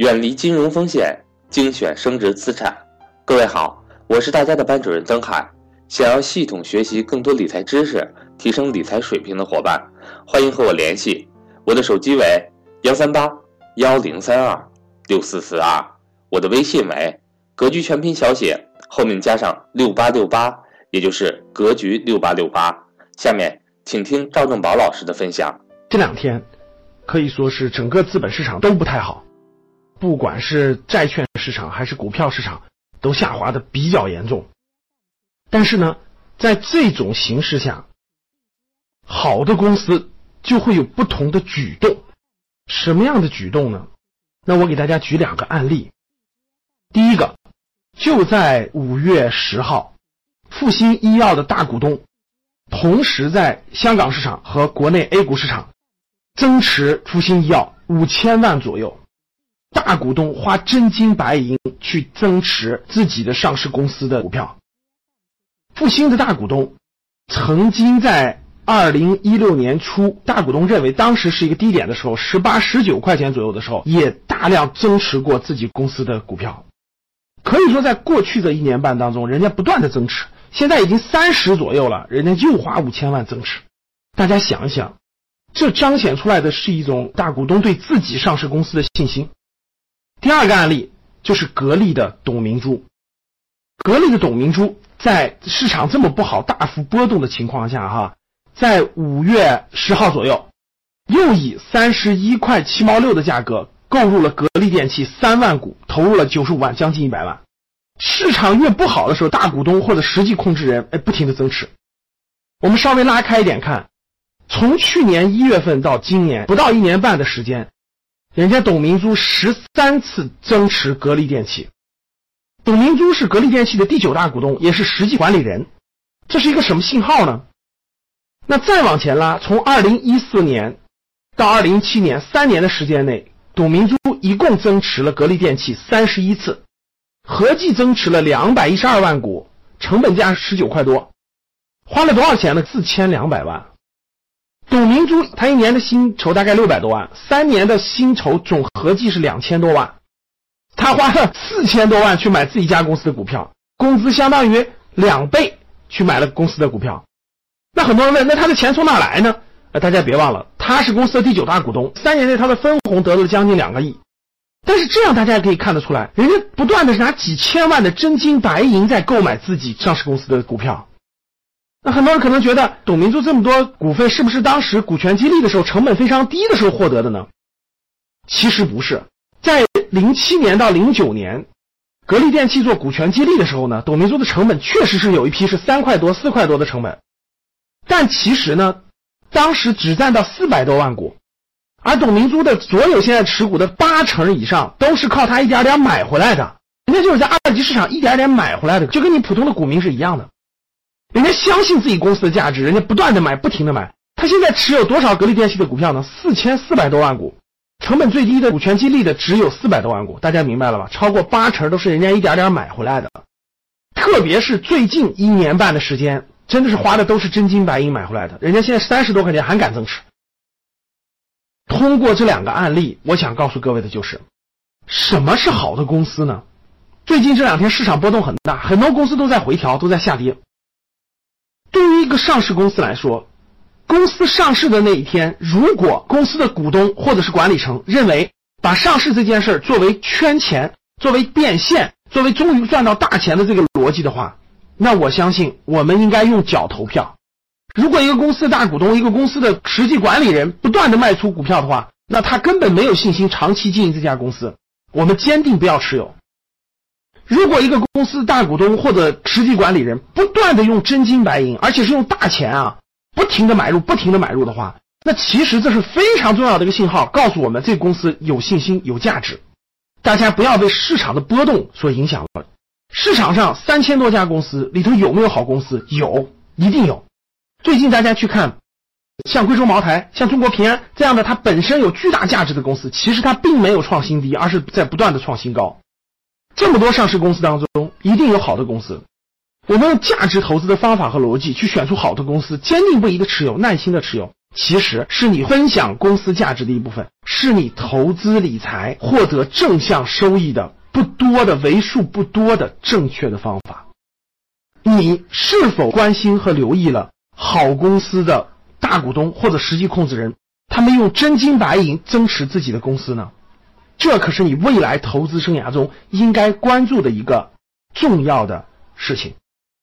远离金融风险，精选升值资产。各位好，我是大家的班主任曾海。想要系统学习更多理财知识，提升理财水平的伙伴，欢迎和我联系。我的手机为13810326442，我的微信为格局全拼小写后面加上6868，也就是格局6868。下面请听赵正宝老师的分享。 这两天可以说是整个资本市场都不太好，不管是债券市场还是股票市场都下滑的比较严重。但是呢，在这种形势下，好的公司就会有不同的举动。什么样的举动呢？那我给大家举两个案例。第一个，就在5月10号，复星医药的大股东同时在香港市场和国内 A 股市场增持复星医药5000万左右。大股东花真金白银去增持自己的上市公司的股票。复星的大股东曾经在2016年初，大股东认为当时是一个低点的时候，18、19块钱左右的时候，也大量增持过自己公司的股票。可以说在过去的1年半当中，人家不断的增持，现在已经30左右了，人家又花5000万增持。大家想一想，这彰显出来的是一种大股东对自己上市公司的信心。第二个案例就是格力的董明珠。格力的董明珠在市场这么不好、大幅波动的情况下在5月10号左右，又以31块7毛6的价格购入了格力电器3万股，投入了95万，将近100万。市场越不好的时候，大股东或者实际控制人不停的增持。我们稍微拉开一点看，从去年1月份到今年不到1年半的时间，人家董明珠13次增持格力电器。董明珠是格力电器的第9大股东，也是实际管理人。这是一个什么信号呢？那再往前拉，从2014年到2017年3年的时间内，董明珠一共增持了格力电器31次，合计增持了212万股，成本价19块多，花了多少钱呢？4200万。董明珠他一年的薪酬大概600多万，3年的薪酬总合计是2000多万，他花了4000多万去买自己家公司的股票，工资相当于2倍去买了公司的股票。那很多人问，那他的钱从哪来呢？大家别忘了，他是公司的第9大股东，3年内他的分红得了将近2个亿。但是这样大家也可以看得出来，人家不断的拿几千万的真金白银在购买自己上市公司的股票。那很多人可能觉得，董明珠这么多股份是不是当时股权激励的时候成本非常低的时候获得的呢？其实不是。在07年到09年格力电器做股权激励的时候呢，董明珠的成本确实是有一批是3块多4块多的成本，但其实呢当时只占到400多万股，而董明珠的所有现在持股的80%以上都是靠他一点点买回来的，人家就是在二级市场一点点买回来的，就跟你普通的股民是一样的。人家相信自己公司的价值，人家不断的买，不停的买。他现在持有多少格力电器的股票呢？4400多万股，成本最低的股权激励的只有400多万股，大家明白了吧？超过80%都是人家一点点买回来的。特别是最近1年半的时间，真的是花的都是真金白银买回来的，人家现在30多块钱还敢增持。通过这两个案例，我想告诉各位的就是，什么是好的公司呢？最近这2天市场波动很大，很多公司都在回调，都在下跌。对于一个上市公司来说，公司上市的那一天，如果公司的股东或者是管理层认为把上市这件事作为圈钱，作为变现，作为终于赚到大钱的这个逻辑的话，那我相信我们应该用脚投票。如果一个公司的大股东，一个公司的实际管理人不断的卖出股票的话，那他根本没有信心长期经营这家公司，我们坚定不要持有。如果一个公司大股东或者实际管理人不断的用真金白银，而且是用大钱不停的买入的话，那其实这是非常重要的一个信号，告诉我们这个公司有信心有价值。大家不要被市场的波动所影响了。市场上3000多家公司里头有没有好公司？有，一定有。最近大家去看像贵州茅台、像中国平安这样的它本身有巨大价值的公司，其实它并没有创新低，而是在不断的创新高。这么多上市公司当中，一定有好的公司。我们用价值投资的方法和逻辑去选出好的公司，坚定不移的持有，耐心的持有。 其实是你分享公司价值的一部分，是你投资理财获得正向收益的不多的为数不多的正确的方法。你是否关心和留意了好公司的大股东或者实际控制人，他们用真金白银增持自己的公司呢？这可是你未来投资生涯中应该关注的一个重要的事情。